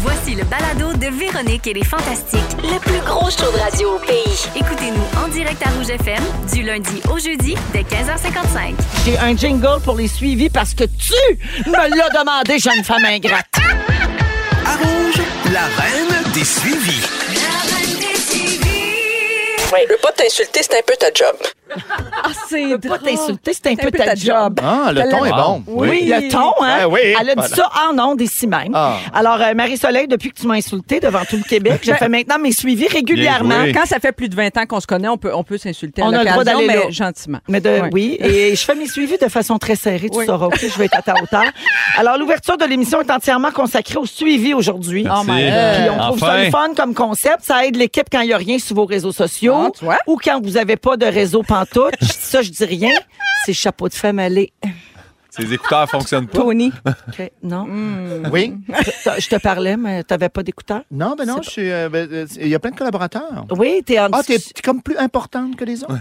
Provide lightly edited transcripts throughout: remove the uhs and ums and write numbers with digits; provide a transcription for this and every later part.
Voici le balado de Véronique et les Fantastiques. Le plus gros show de radio au pays. Écoutez-nous en direct à Rouge FM, du lundi au jeudi, dès 15h55. J'ai un jingle pour les suivis parce que tu me l'as demandé, jeune femme ingrate. À Rouge, la reine des suivis. La reine des suivis. Je veux pas t'insulter, c'est un peu ta job. Ah, c'est drôle. Pas t'insulter, c'est un peu ta job. Ah, le ton est bon. Oui, le ton, hein? Ah, oui, Elle a dit voilà. ça en ondes ici même. Ah. Alors, Marie-Soleil, depuis que tu m'as insulté devant tout le Québec, je fais maintenant mes suivis régulièrement. Bien joué. Quand ça fait plus de 20 ans qu'on se connaît, on peut s'insulter à On a le droit l'occasion, d'aller là. mais gentiment. Mais oui, et je fais mes suivis de façon très serrée, tu sauras. OK, je vais être à ta hauteur. Alors, l'ouverture de l'émission est entièrement consacrée au suivi aujourd'hui. Oh my Puis God. on trouve ça le fun comme concept. Ça aide l'équipe quand il n'y a rien sur vos réseaux sociaux Ah, tu vois? ou quand vous n'avez pas de réseau pantoute. Ça, je dis rien. C'est chapeau de femme allé. Ces écouteurs fonctionnent pas. Tony. OK, non. Oui. Je te parlais, mais tu n'avais pas d'écouteurs? Non, ben non, C'est je suis. Il y a plein de collaborateurs. Oui, t'es en Ah, dessous. t'es comme plus importante que les autres?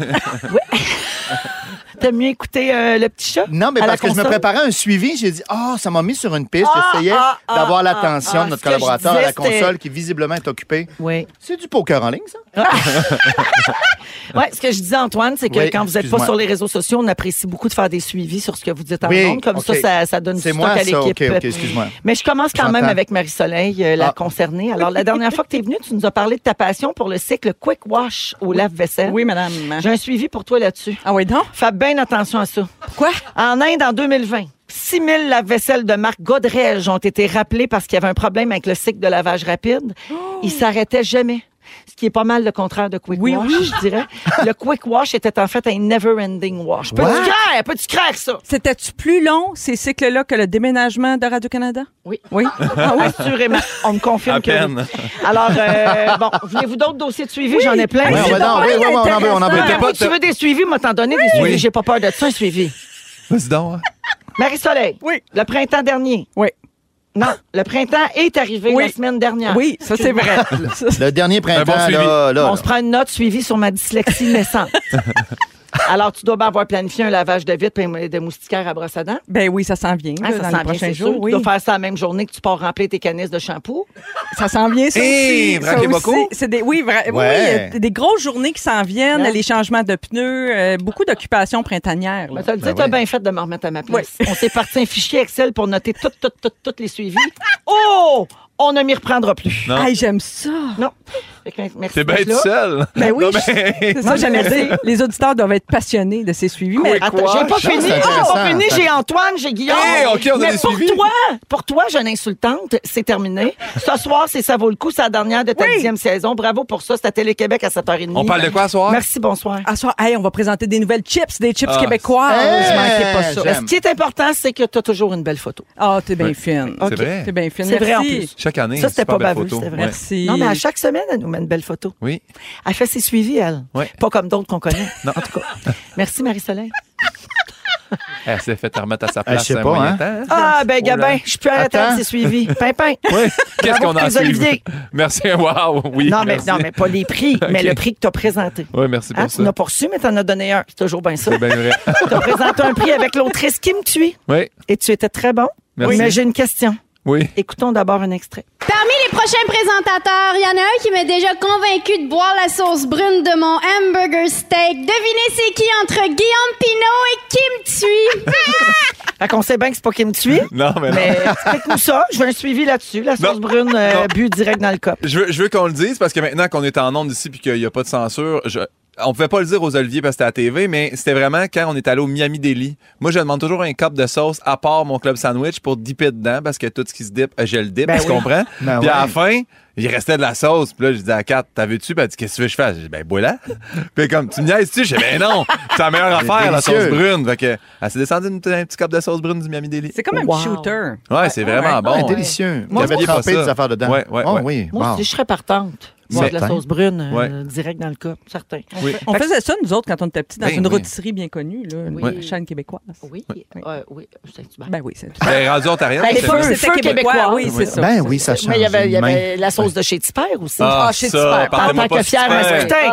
T'aimes mieux écouter le petit chat? Non, mais à la parce que je me console? préparais un suivi, j'ai dit, ça m'a mis sur une piste. Ah, J'essayais d'avoir l'attention de ce notre que je collaborateur à la disais, console qui visiblement est occupé. Oui. C'est du poker en ligne, ça? Oui, ce que je disais, Antoine, c'est que Oui, quand vous n'êtes pas excuse-moi. sur les réseaux sociaux, on apprécie beaucoup de faire des suivis sur ce que vous dites en Oui, ondes. Comme OK. ça donne du C'est stock moi, à ça. l'équipe. OK, excuse-moi. Mais je commence quand même J'entends. avec Marie-Soleil, la Ah. concernée. Alors, la dernière fois que tu es venue, tu nous as parlé de ta passion pour le cycle Quick Wash au lave-vaisselle. Oui, madame. J'ai un suivi pour toi là-dessus. Ah oui, donc? Fais bien attention à ça. Pourquoi? En Inde, en 2020, 6 000 lave-vaisselle de marque Godrej ont été rappelés parce qu'il y avait un problème avec le cycle de lavage rapide. Ils s'arrêtaient jamais. Ce qui est pas mal le contraire de Quick Oui, Wash, oui. je dirais. Le Quick Wash était en fait un never-ending wash. Peux-tu craindre ça? C'était-tu plus long, ces cycles-là, que le déménagement de Radio-Canada? Oui. Oui. Ah oui, assurément. On me confirme À que oui. peine. Alors, bon, voulez-vous d'autres dossiers de suivi? J'en ai plein. Oui, C'est on va pas donc, mal oui, oui, on en veut, on en veut. intéressant. T'as pas- Oui, tu veux des suivis? Moi, t'en donner des suivis. Oui. J'ai pas peur de ça, un suivi. Vas-y donc. Marie-Soleil. Oui. Le printemps dernier. Oui. Non, le printemps est arrivé Oui. la semaine dernière. Oui, ça, c'est vrai. Le dernier printemps, Un bon suivi. là. On se prend une note suivie sur ma dyslexie naissante. Alors, tu dois bien avoir planifié un lavage de vitre et de moustiquaires à brosse à dents. Ben oui, ça s'en vient. Hein, là, ça dans s'en les vient, prochains c'est jours. sûr. Oui. Tu dois faire ça la même journée que tu pars remplir tes canisses de shampoing. Ça s'en vient, ça Hey, aussi. braquez Ça beaucoup. aussi. C'est oui, Ouais. oui, il y a des grosses journées qui s'en viennent, Ouais. les changements de pneus, beaucoup d'occupations printanières. là. Ben, t'as le dit, Ben t'as oui. bien fait de me remettre à ma place. On s'est parti un fichier Excel pour noter toutes les suivis. Oh! On ne m'y reprendra plus. Non. Hey, j'aime ça. Non. Fait que, merci T'es bien d'être tout là. seul. Ben oui, Non, mais- c'est ça, j'allais dire. Les auditeurs doivent être passionnés de ces suivis. Mais Attends, j'ai pas wash. fini. C'est J'ai intéressant. pas fini. J'ai Antoine, j'ai Guillaume. Hey, OK, on a Mais des pour suivis. pour toi, jeune insultante, c'est terminé. Ce soir, c'est Ça vaut le coup. C'est la dernière de ta 10e saison. Bravo pour ça. C'est à Télé-Québec à 7h30. On parle de quoi ce soir? Merci, bonsoir. à soir, hey, on va présenter des nouvelles chips, des chips Ah. québécoises. Hey, Manquez pas ça. j'aime. Ce qui est important, c'est que tu as toujours une belle photo. Ah, t'es bien Oui. fine. C'est vrai. T'es bien fine. C'est vrai en Merci. plus. Chaque année, Ça, c'était super pas belle baveux, photo. c'était vrai. Ouais. Merci. Non, mais à chaque semaine, elle nous met une belle photo. Oui. Elle fait ses suivis, elle. Oui. Pas comme d'autres qu'on connaît. Non. En tout cas. Merci, Marie-Soleil. Elle s'est fait remettre à sa place. je sais un pas, moyen hein. temps. Ah, ben, Oh là. Gabin, je suis plus à la tête Attends. de ses suivis. Pimpin. Oui. Qu'est-ce Bravo qu'on a pour en les suivi? Olivier. Merci. Wow. Oui. Non, mais, merci. non, mais pas les prix, mais OK. le prix que tu as présenté. Oui, merci pour Hein, ça. tu n'as pas reçu, mais tu en as donné un. C'est toujours bien ça. C'est bien vrai. Tu as présenté un prix avec l'autrice Kim Thuy Oui. et tu étais très bon. Merci. Mais j'ai une question. Oui. Écoutons d'abord un extrait. Parmi les prochains présentateurs, il y en a un qui m'a déjà convaincu de boire la sauce brune de mon hamburger steak. Devinez c'est qui entre Guillaume Pinault et Kim Thuy? Fait qu'on sait bien que c'est pas Kim Thuy, Non, mais non. mais explique-nous ça. Je veux un suivi là-dessus. La sauce Non. brune Non. bu direct dans le cop. Je veux qu'on le dise parce que maintenant qu'on est en onde ici puis qu'il n'y a pas de censure, on pouvait pas le dire aux Olivier parce que c'était à la TV, mais c'était vraiment quand on est allé au Miami Deli. Moi, je demande toujours un cup de sauce à part mon club sandwich pour dipper dedans parce que tout ce qui se dip, je le dip, Ben tu oui. comprends? Ben Puis à la ouais. fin, il restait de la sauce. Puis là, je dis à Kat, t'as vu-tu? Puis elle dit, qu'est-ce que tu veux que je fasse? J'ai dit, ben, bois-la. Puis comme, tu me niaises-tu? Je dis, ben non, c'est la meilleure affaire, la sauce délicieux. brune. Fait que, elle s'est descendue un petit cup de sauce brune du Miami Deli. C'est comme un Wow. petit shooter. Ouais, c'est vraiment bon. Ah, délicieux. Moi, J'avais j'aime pas trempé ça. des affaires dedans. Ouais, ouais, Oh, ouais. oui. Moi Wow. aussi, je serais partante. Boire de la Certain. sauce brune Ouais. direct dans le cop, certain. Oui. On faisait ça, nous autres, quand on était petits, dans Ben une oui. rôtisserie bien connue, là, une Oui. chaîne québécoise. Oui, oui, Saint-Hubert. Ben oui, c'est Ben, rendu ontarien. Ben, les c'est feux, vrai. feu québécois. Oui, c'est ça. Ben oui, ça change. Mais il y avait Humain. la sauce de chez Tipper aussi. Ah, chez ça, Tipper. En parlez-moi tant pas que de fier Tipper. masculin.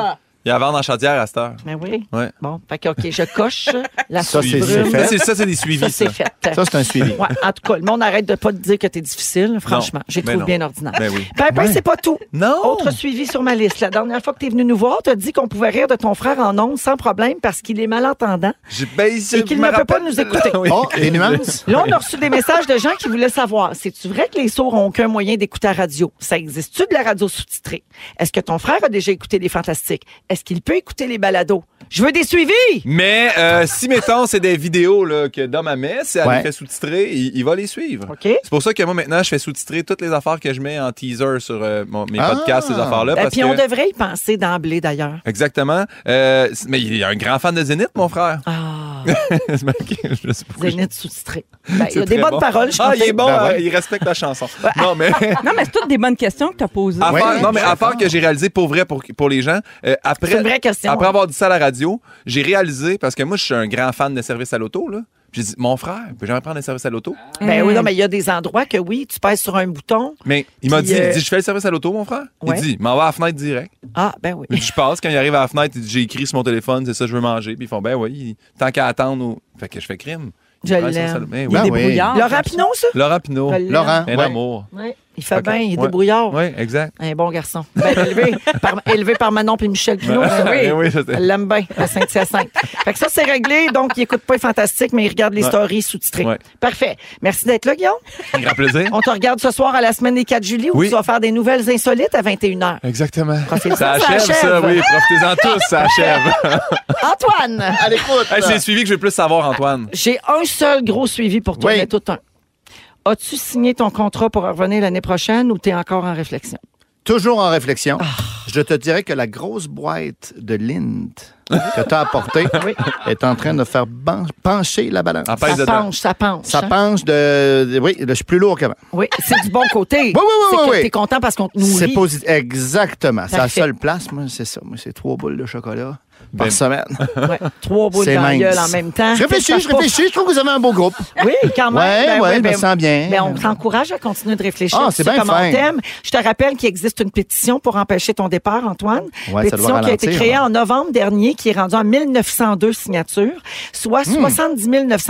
Il y a à vendre en chaudière à cette heure. Ben oui. Ouais. Bon, fait que, OK, je coche la Ça, sauce c'est brune. fait. Ça, c'est des suivis, Ça, c'est fait. Ça, c'est un suivi. Ouais, en tout cas, le monde arrête de pas te dire que t'es difficile. Franchement, j'ai ben trouvé non. bien ordinaire. Ben oui. Pimpin, c'est pas tout. Non. Autre suivi sur ma liste. La dernière fois que t'es venu nous voir, t'as dit qu'on pouvait rire de ton frère en ondes sans problème parce qu'il est malentendant et qu'il ne peut pas nous écouter. Oui. Oh, les nuances? Là, on a reçu des messages de gens qui voulaient savoir, c'est-tu vrai que les sourds n'ont aucun moyen d'écouter la radio? Ça existe-tu de la radio sous-titrée? Est-ce que ton frère a déjà écouté les Fantastiques? Est-ce qu'il peut écouter les balados? Je veux des suivis! Mais si, mettons, c'est des vidéos là, que Dom met, si elle Ouais. les fait sous-titrer, il va les suivre. OK. C'est pour ça que moi, maintenant, je fais sous-titrer toutes les affaires que je mets en teaser sur mes podcasts, ces affaires-là. Ben, parce puis que... on devrait y penser d'emblée, d'ailleurs. Exactement. Mais il est un grand fan de Zénith, mon frère. Ah, C'est marqué, je sais pas pourquoi Zénith sous-titré. Ben, il y C'est a des très bonnes bon. paroles, je Ah, il est bon, Ben ouais. il respecte la chanson. Non, mais... Non, mais c'est toutes des bonnes questions que tu as posées. Ouais. Affaire que j'ai réalisé pour vrai pour les gens. Après, C'est une vraie question. Après avoir dit ça à la radio, j'ai réalisé, parce que moi, je suis un grand fan de services à l'auto, là. J'ai dit, mon frère, peut jamais prendre un service à l'auto? Ben oui, non, mais il y a des endroits que oui, tu pèses sur un bouton. Mais il m'a Puis, dit, il dit, je fais le service à l'auto, mon frère. Ouais. Il dit, m'en va à la fenêtre direct. Ah, ben oui. Il dit, je passe, quand il arrive à la fenêtre, il dit, j'ai écrit sur mon téléphone, c'est ça, je veux manger. Puis ils font, ben oui, tant qu'à attendre. Fait que je fais crime. Je Ouais, ça, l'aime. ben Il y a oui. des oui. brouillards. Laurent Pinot, ça? Laurent Pinot. Je l'aime. Laurent. Un ouais. amour. Ouais. Il fait Ok. bien, il est Ouais. débrouillard. Oui, exact. Un bon garçon. Ben, élevé par Manon puis Michel Pinot. ça, oui. Oui, ça, c'est- Elle l'aime bien, à Saint-Hyacinthe. Fait que ça, c'est réglé. Donc, il écoute pas les Fantastiques, mais il regarde les Ouais. stories sous-titrées. Ouais. Parfait. Merci d'être là, Guillaume. Un grand plaisir. On te regarde ce soir à la semaine des 4 juillet où Oui. tu vas faire des nouvelles insolites à 21h. Exactement. Profitez-en, Ça ça achève, ça, achève. oui. Profitez-en tous, ça achève. Antoine, À l'écoute. Hey, c'est le suivi que je veux plus savoir, Antoine. j'ai un seul gros suivi pour toi, Oui. mais tout un. As-tu signé ton contrat pour revenir l'année prochaine ou t'es encore en réflexion? Toujours en réflexion. Ah. Je te dirais que la grosse boîte de Lind que tu as apportée est en train de faire pencher la balance. En pèse Ça dedans. penche, ça penche. Ça hein? penche de... Oui, je suis plus lourd qu'avant. Oui, c'est du bon côté. Oui, oui, oui, C'est oui, que oui. t'es content parce qu'on te C'est nourrit. positif. Exactement. C'est la Parfait. seule place, moi, c'est ça. Moi, c'est 3 boules de chocolat par Ben- semaine. Ouais, 3 boules C'est dans la mince. gueule en même temps. Je réfléchis. Je trouve que vous avez un beau groupe. Oui, quand même. Ouais, je me sens bien. Ben, on t'encourage à continuer de réfléchir. Ah, Tu c'est sais bien comment fin. on t'aime. Je te rappelle qu'il existe une pétition pour empêcher ton départ, Antoine. Ouais, ça doit Pétition qui a été ralentir, créée hein. en novembre dernier, qui est rendue en 1902 signatures, soit 70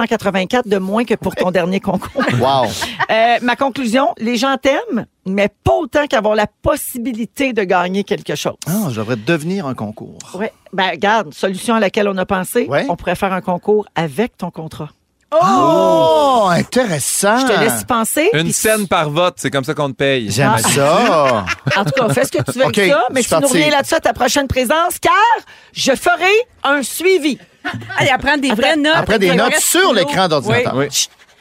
984 de moins que pour ton dernier concours. Wow. Ma conclusion, les gens t'aiment, mais pas autant qu'avoir la possibilité de gagner quelque chose. Ah, je devrais devenir un concours. Oui. Ben, regarde, solution à laquelle on a pensé, Ouais. on pourrait faire un concours avec ton contrat. Oh, intéressant. Je te laisse y penser. Une puis- scène par vote, c'est comme ça qu'on te paye. J'aime Ah. ça. En tout cas, fais ce que tu veux OK, avec ça, mais je tu suis nous parti. reviens là-dessus à ta prochaine présence, car je ferai un suivi. Hey, elle prend des vraies notes. Après des Des notes vrais sur stylos. l'écran d'ordinateur. Oui.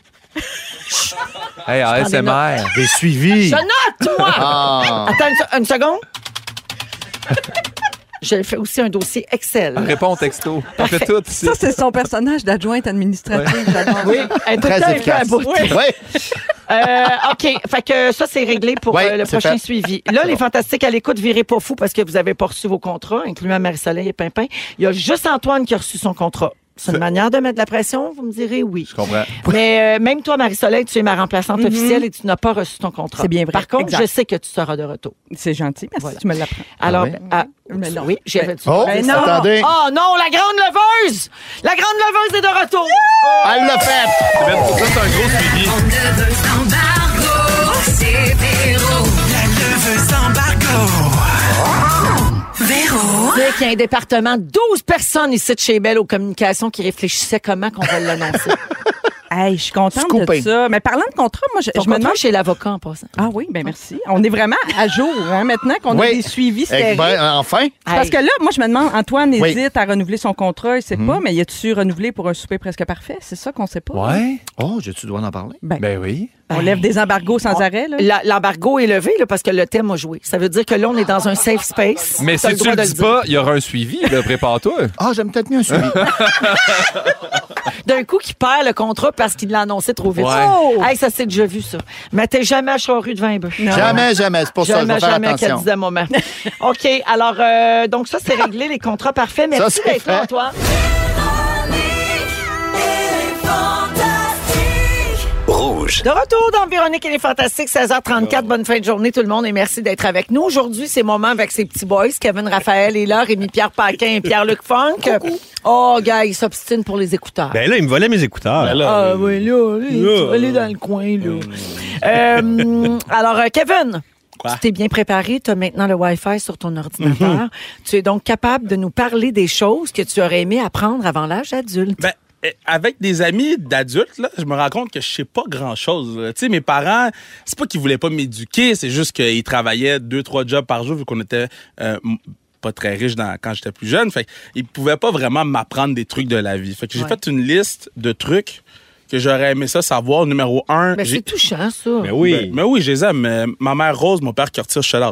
Hey, prends des ASMR. Des suivis. Je note, moi! Ah. Attends une seconde. J'ai fait aussi un dossier Excel. Réponds au texto. On fait tout ici. Ça, c'est son personnage d'adjointe administrative. J'adore. Oui, elle est tout le Très temps un peu à efficace. bout. Oui. OK, fait que ça, c'est réglé pour Oui, le c'est prochain fait. suivi. Là, les Fantastiques à l'écoute, virez pas fou parce que vous avez pas reçu vos contrats, incluant Marie-Soleil et Pimpin. Il y a juste Antoine qui a reçu son contrat. C'est une manière de mettre de la pression, vous me direz oui. Je comprends. Mais même toi, Marie-Soleil, tu es ma remplaçante officielle et tu n'as pas reçu ton contrat. C'est bien vrai. Par contre, Exact. je sais que tu seras de retour. C'est gentil, merci. Voilà. Tu me l'apprends. Alors, oui? Mais non. oui, j'avais dit. Oh, Ben non. attendez. Oh non, la grande leveuse! La grande leveuse est de retour! Elle l'a fait. Ben, pour ça, c'est un gros suivi. C'est qu'il y a un département, 12 personnes ici de chez Belle aux communications qui réfléchissaient comment qu'on va l'annoncer. Hey, je suis contente Scoopé. de ça. Mais parlant de contrat, moi, je Ton me contrat demande... chez l'avocat en passant. Ah oui, ben merci. On est vraiment à jour, hein, maintenant qu'on a Oui. des suivis Eh stériles. ben, enfin. Parce que là, moi, je me demande, Antoine Oui. hésite à renouveler son contrat, il sait pas, mais y a-tu renouvelé pour un souper presque parfait? C'est ça qu'on sait pas. Ouais. Oh, tu dois en parler. Ben oui. On lève des embargos sans arrêt, là. L'embargo est levé là, parce que le thème a joué. Ça veut dire que là, on est dans un safe space. Mais T'as si tu droit le de dis dire. pas, il y aura un suivi, là, prépare-toi. Ah, j'aime peut-être mieux un suivi. D'un coup, qui perd le contrat parce qu'il l'a annoncé trop vite. Ouais. Oh! Hey, ça, c'est déjà vu, ça. Mettez jamais à Charrue de 20 bœufs. Jamais. C'est pour ça, je Jamais, vais faire jamais qu'elle attention. disait moment. OK, alors, donc ça, c'est réglé, les contrats parfaits. Ça, Merci c'est d'être là, fait. Antoine. Rouge. De retour dans Véronique et les Fantastiques, 16h34. Bonne fin de journée, tout le monde, et merci d'être avec nous. Aujourd'hui, c'est moment avec ses petits boys. Kevin Raphaël est là, Rémi-Pierre Paquin et Pierre-Luc Funk. Oh, gars, ils s'obstinent pour les écouteurs. Ben là, il me volait mes écouteurs. Ah oui, là, tu vas aller dans le coin, là. Alors, Kevin, Quoi? tu t'es bien préparé, tu as maintenant le Wi-Fi sur ton ordinateur. Tu es donc capable de nous parler des choses que tu aurais aimé apprendre avant l'âge adulte. Ben, avec des amis d'adultes, là, je me rends compte que je sais pas grand-chose. Tu sais, mes parents, c'est pas qu'ils voulaient pas m'éduquer, c'est juste qu'ils travaillaient 2-3 jobs par jour vu qu'on était pas très riches quand j'étais plus jeune. Fait qu'ils pouvaient pas vraiment m'apprendre des trucs de la vie. Fait que j'ai fait une liste de trucs que j'aurais aimé ça savoir. Numéro 1. Ben, c'est touchant, ça. Ben oui. Mais oui, je les aime. Ma mère Rose, mon père Curtis, shout-out.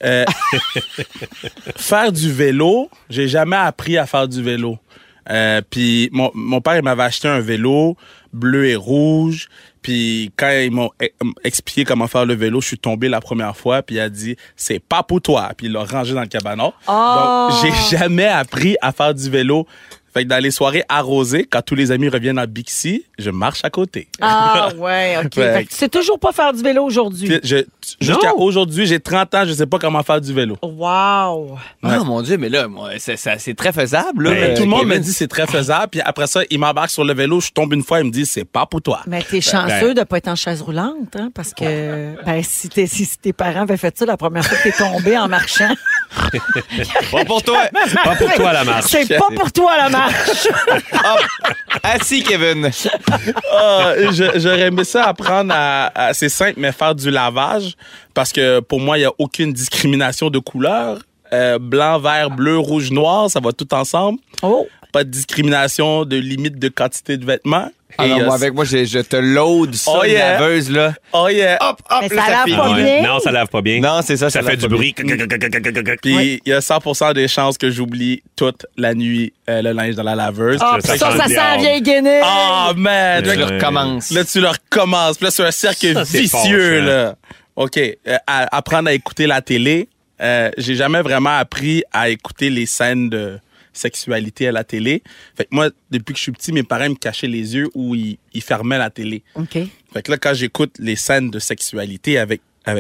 Faire du vélo, j'ai jamais appris à faire du vélo. Puis mon père, il m'avait acheté un vélo bleu et rouge. Puis quand ils m'ont expliqué comment faire le vélo, je suis tombé la première fois. Puis il a dit, c'est pas pour toi. Puis il l'a rangé dans le cabanon. Oh! Donc, j'ai jamais appris à faire du vélo. Fait que dans les soirées arrosées, quand tous les amis reviennent à Bixi, je marche à côté. Ah, ouais, OK. Fait que tu sais toujours pas faire du vélo aujourd'hui. Jusqu'à aujourd'hui, j'ai 30 ans, je sais pas comment faire du vélo. Wow! Ah, mon Dieu, mais là, moi, c'est très faisable. Là. Tout le monde me dit c'est très faisable. Puis après ça, il m'embarque sur le vélo, je tombe une fois, il me dit c'est pas pour toi. Mais t'es chanceux de pas être en chaise roulante, hein, parce que si tes parents avaient fait ça la première fois que t'es tombé en marchant. Pas pour toi. Pas pour toi, la marche. C'est pas pour toi, la marche. Assis, Kevin. J'aurais aimé ça apprendre c'est simple, mais faire du lavage. Parce que pour moi, il n'y a aucune discrimination de couleur. Blanc, vert, bleu, rouge, noir, ça va tout ensemble. Oh. Pas de discrimination de limite de quantité de vêtements. Alors, moi, avec moi, je te load ça, une laveuse, là. Oh yeah. Hop, hop, Mais là, ça lave pas bien. Non, ça lave pas bien. Non, c'est ça. Ça fait du bruit. Puis il y a 100% des chances que j'oublie toute la nuit le linge dans la laveuse. Ah, Ça puis ça sent sent la vieille guinée. Oh man! Tu le recommences. Là, tu le recommences. Puis là, c'est un cercle Ça, c'est vicieux, fâchant. là. OK. Apprendre à écouter la télé. J'ai jamais vraiment appris à écouter les scènes de sexualité à la télé. Fait que moi, depuis que je suis petit, mes parents me cachaient les yeux ou ils fermaient la télé. OK. Fait que là, quand j'écoute les scènes de sexualité avec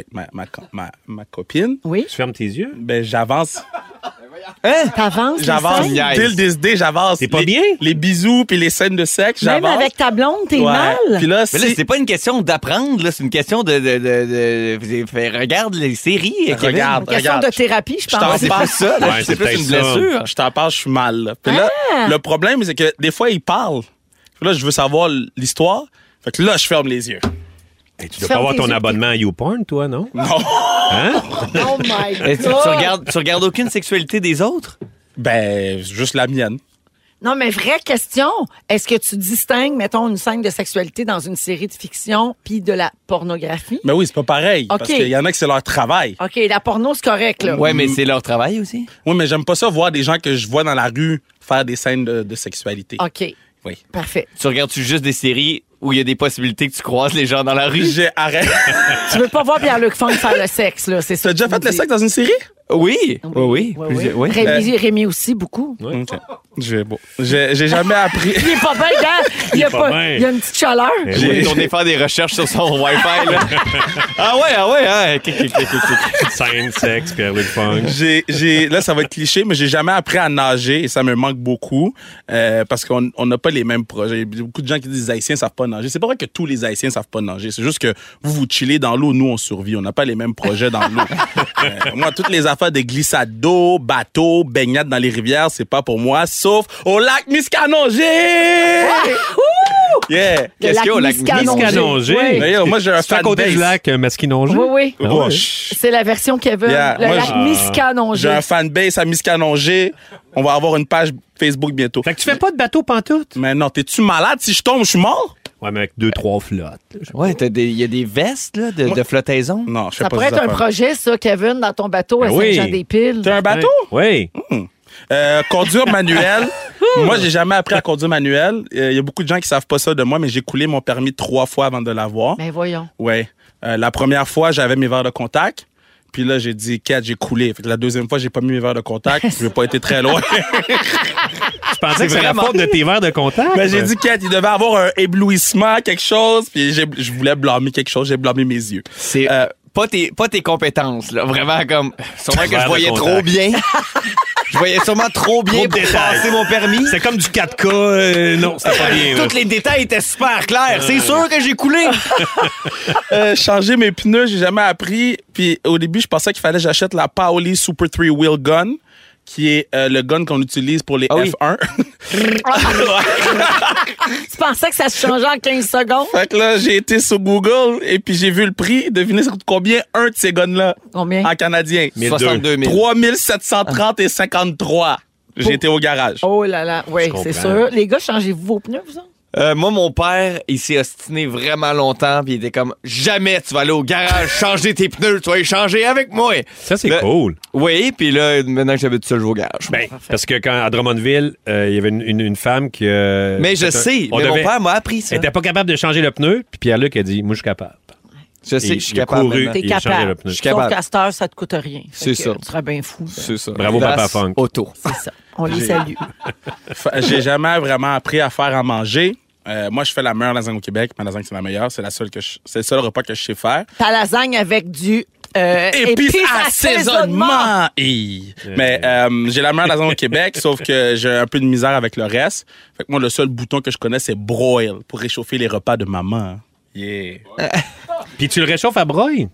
ma copine, Oui. Tu fermes tes yeux? ben j'avance. T'avances. J'avance. les scènes? Dès le décidé, j'avance. C'est pas Les- bien? Les bisous puis les scènes de sexe, Même j'avance. avec ta blonde, t'es Ouais. mal. Puis là, Mais là, c'est pas une question d'apprendre, là. C'est une question de regarde les séries, Kevin. Regarde. Une question de thérapie, je Je t'en pense. C'est pas ça, là. Ouais, c'est c'est plus peut-être une ça. blessure. Je t'en parle, je suis mal. Là. Puis là, le problème, c'est que des fois, il parle. Puis là, je veux savoir l'histoire. Fait que là, je ferme les yeux. Hey, tu dois pas avoir ton abonnement à YouPorn, toi, non? Non. Hein? Oh my Et God. tu regardes aucune sexualité des autres? Ben, juste la mienne. Non, mais vraie question. Est-ce que tu distingues, mettons, une scène de sexualité dans une série de fiction puis de la pornographie? Mais oui, c'est pas pareil. OK. Parce qu'il y en a que c'est leur travail. OK, la porno, c'est correct, là. Ouais, mais c'est leur travail aussi. Oui, mais j'aime pas ça voir des gens que je vois dans la rue faire des scènes de sexualité. OK. Oui. Parfait. Tu regardes-tu juste des séries où il y a des possibilités que tu croises les gens dans la rue? J'ai arrêté. Tu veux pas voir Pierre-Luc Funk faire le sexe, là, c'est ça. T'as déjà que tu fait me le dis. sexe dans une série? Oui. Oui. Oui. Rémi aussi, beaucoup. OK. J'ai jamais appris. Il est pas bien, gars. Il y a il y a une petite chaleur. J'ai tourné faire des recherches sur son Wi-Fi, là. Ah ouais, hein. Scène, sexe, Pierre-Luc Funk. Là, ça va être cliché, mais j'ai jamais appris à nager et ça me manque beaucoup parce qu'on n'a pas les mêmes projets. Il y a beaucoup de gens qui disent les Haïtiens savent pas nager. C'est pas vrai que tous les Haïtiens savent pas nager. C'est juste que vous chillez dans l'eau, nous, on survit. On n'a pas les mêmes projets dans l'eau. Moi, toutes les affaires de glissade d'eau, bateau, baignade dans les rivières, c'est pas pour moi, sauf au lac Miscanongé! Yeah! Qu'est-ce qu'il y a au lac Miscanongé? Oui. Mais yo, moi, j'ai un C'est à fan côté base. du lac Masquinongé? Oui, oui. Oh, C'est la version Kevin. Yeah, Le moi, lac j'ai Miscanongé. un fanbase à Miscanongé. On va avoir une page Facebook bientôt. Fait que tu fais pas de bateau pantoute? Mais non, t'es-tu malade? Si je tombe, je suis mort? Ouais, mais avec 2-3 flottes. Ouais, il y a des vestes là, de flottaison. Non, je fais Ça pas pourrait ces être un affaires. projet, ça, Kevin, dans ton bateau à Ben oui. Saint-Jean-des-Piles. T'as un bateau? Oui. Conduire manuel. Moi, j'ai jamais appris à conduire manuel. Il y a beaucoup de gens qui savent pas ça de moi, mais j'ai coulé mon permis 3 fois avant de l'avoir. Ben voyons. Ouais. La première fois, j'avais mes verres de contact. Puis là, j'ai dit, Kat, j'ai coulé. Fait que la deuxième fois, j'ai pas mis mes verres de contact. Je n'ai pas été très loin. Je pensais que c'était la faute de tes verres de contact. Mais j'ai dit, Kat, il devait avoir un éblouissement, quelque chose. Puis je voulais blâmer quelque chose. J'ai blâmé mes yeux. C'est pas tes compétences, là. Vraiment comme. Sûrement que je voyais contact. trop bien. Je voyais sûrement trop bien pour passer mon permis. C'est comme du 4K. Non, c'était pas bien. là. Tous les détails étaient super clairs. C'est sûr que j'ai coulé. Changer mes pneus, j'ai jamais appris. Puis au début, je pensais qu'il fallait que j'achète la Paoli Super 3-Wheel Gun, qui est le gun qu'on utilise pour les F1. Tu pensais que ça se changeait en 15 secondes? Fait que là, j'ai été sur Google et puis j'ai vu le prix. Devinez ça coûte combien un de ces guns-là? Combien? En canadien. 62 000. 3 730 et 53. J'ai été au garage. Oh là là, oui, c'est sûr. Les gars, changez-vous vos pneus, vous autres? Moi, mon père, il s'est ostiné vraiment longtemps, puis il était comme jamais tu vas aller au garage changer tes pneus, tu vas les changer avec moi. Ça, c'est Là, cool. Oui, puis là, maintenant que j'avais tout seul, je vais au garage. Ben, parce que quand à Drummondville, il y avait une femme qui. Mais je sais, mais mon père m'a appris ça. Elle était pas capable de changer le pneu, puis Pierre-Luc a dit, moi, je suis capable. Je sais, je suis capable. Couru, T'es il a changé capable. le pneu. Je suis capable. Sauf qu'à cette heure, ça te coûte rien. C'est Fait que ça. Tu serais bien fou. C'est ça. Bravo, Papa Funk. Auto. C'est ça. On les salue. J'ai jamais vraiment appris à faire à manger. Moi, je fais la meilleure lasagne au Québec. Ma lasagne, c'est la meilleure. C'est le seul repas que je sais faire. Ta lasagne avec du Épices assaisonnement. Mais j'ai la meilleure lasagne au Québec, sauf que j'ai un peu de misère avec le reste. Fait que moi, le seul bouton que je connais, c'est broil pour réchauffer les repas de maman. Yeah. Puis tu le réchauffes à broil.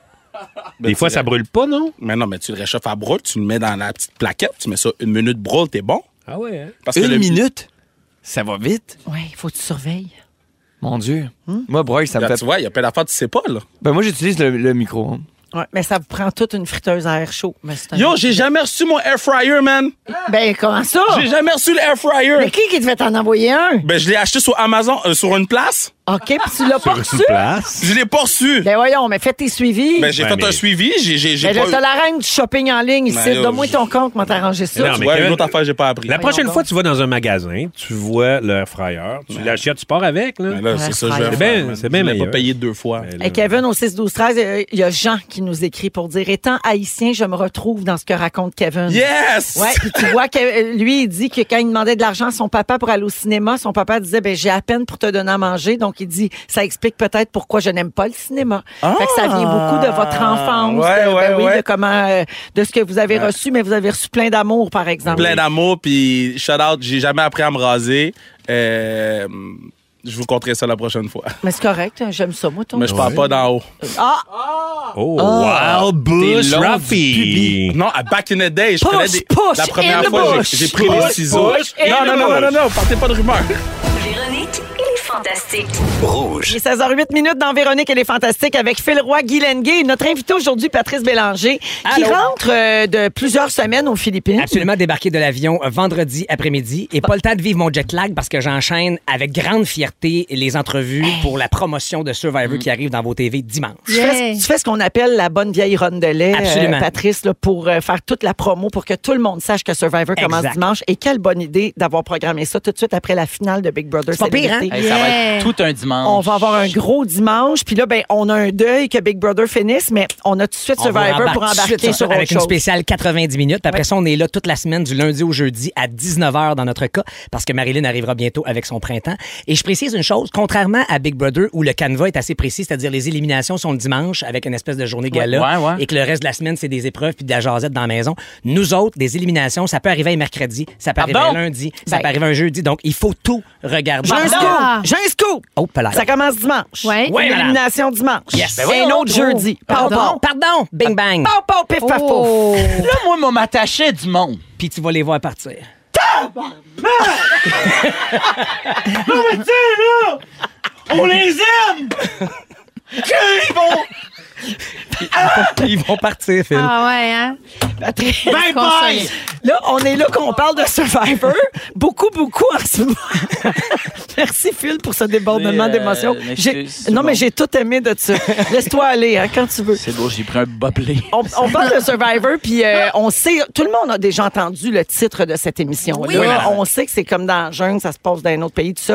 Ben, Des fois, ça brûle pas, non? Mais non, mais tu le réchauffes à broil, tu le mets dans la petite plaquette, tu mets ça 1 minute broil, t'es bon. Ah ouais, hein? Parce que Une minute? Ça va vite. Oui, il faut que tu surveilles. Mon Dieu. Moi, broil, ça me Là, fait... tu vois, il y a plein d'affaires que tu sais pas, là. Ben moi, j'utilise le micro. Ouais, mais ça vous prend toute une friteuse à air chaud. Mais c'est un Yo, j'ai jamais reçu mon air fryer, man. Ben, comment ça? J'ai jamais reçu le air fryer. Mais qui devait t'en envoyer un? Ben, je l'ai acheté sur Amazon, sur une place. OK, puis tu l'as pas reçu? Place. Je l'ai pas reçu. Ben voyons, mais fais tes suivis. Ben, j'ai Ouais, fait mais- un suivi. J'ai Ben, pas t'as la reine du shopping en ligne ici. Ben, yo, Donne-moi ton compte, moi t'arranger ça. Non, mais Ouais, Kevin, une autre affaire, j'ai pas appris. La prochaine donc. fois, tu vas dans un magasin, tu vois l'air fryer, tu l'achètes, tu pars avec. Là. Ben là, c'est ça, je vais C'est bien- faire, man. c'est bien Je l'ai meilleur. pas payé 2 fois. Ben, là, Hey, Kevin, au 6-12-13, il y a Jean qui nous écrit pour dire « Étant haïtien, je me retrouve dans ce que raconte Kevin. Yes! Ouais, puis tu vois que lui, il dit que quand il demandait de l'argent à son papa pour aller au cinéma, son papa disait ben j'ai à peine pour te donner à manger. Donc il dit ça explique peut-être pourquoi je n'aime pas le cinéma. Fait que ça vient beaucoup de votre enfance, Ouais, ouais, oui, ouais. de comment de ce que vous avez reçu, mais vous avez reçu plein d'amour par exemple. Plein d'amour, puis shout out, j'ai jamais appris à me raser. Je vous conterai ça la prochaine fois. Mais c'est correct, hein, j'aime ça moi ton. Mais je parle pas d'en haut. Ah, Oh, Wild Bush long du Raffy. Non, à back in the day, je connais des... push La première in the fois, bush. j'ai pris les Push, ciseaux. push in Non, the non, non, bush. non, non, partez pas de rumeurs. Véronique et les Fantastiques. Rouge. Il est 16h08 minutes dans Véronique et les Fantastiques avec Phil Roy, Guy Lenguet et notre invité aujourd'hui, Patrice Bélanger, qui Allô? rentre de plusieurs semaines aux Philippines. Absolument débarqué de l'avion vendredi après-midi et pas le temps de vivre mon jet lag parce que j'enchaîne avec grande fierté les entrevues pour la promotion de Survivor qui arrive dans vos TV dimanche. Tu fais ce qu'on appelle la bonne vieille rondelet, Absolument. Patrice, là, pour faire toute la promo, pour que tout le monde sache que Survivor commence Exact. dimanche. Et quelle bonne idée d'avoir programmé ça tout de suite après la finale de Big Brother. C'est pas pire, Célébrité. hein? Hey, ça va être tout un dimanche. On va avoir un gros dimanche. Puis là, ben, on a un deuil que Big Brother finisse, mais on a tout de suite On va Survivor pour embarquer tout de embarquer suite sur autre avec une chose. spéciale 90 minutes. Puis après ça, on est là toute la semaine du lundi au jeudi à 19h dans notre cas parce que Marilyn arrivera bientôt avec son printemps. Et je précise une chose, contrairement à Big Brother où le canevas est assez précis, c'est-à-dire les éliminations sont le dimanche avec une espèce de journée gala Ouais. et que le reste de la semaine, c'est des épreuves puis de la jasette dans la maison. Nous autres, des éliminations, ça peut arriver un mercredi, ça peut arriver un lundi, ça Ben. peut arriver un jeudi. Donc, il faut tout regarder. J'ai un Ah. scoop! J'ai un scoop! Oh, palais. Ça commence dimanche. Ouais. Ouais, madame. Élimination dimanche. Yes. Ben Et un voyons autre donc. jeudi. Pow, Pardon, pow. pardon, bing bang. Pow, pow, pif, paf, Oh. pouf. Là, moi, m'a m'attaché du monde. Puis tu vas les voir partir. On les aime! Ils vont partir, Phil. Ah ouais, hein? Patrick. Bye bye! Là, on est là qu'on parle de Survivor. beaucoup en ce moment. Merci, Phil, pour ce débordement Mais, d'émotions. mais c'est Non, bon. mais j'ai tout aimé de ça. Laisse-toi aller, hein, quand tu veux. C'est beau, j'ai pris un boblé. On parle de Survivor, puis on sait, tout le monde a déjà entendu le titre de cette émission-là. Oui, madame. On sait que c'est comme dans la jungle, ça se passe dans un autre pays, tout ça.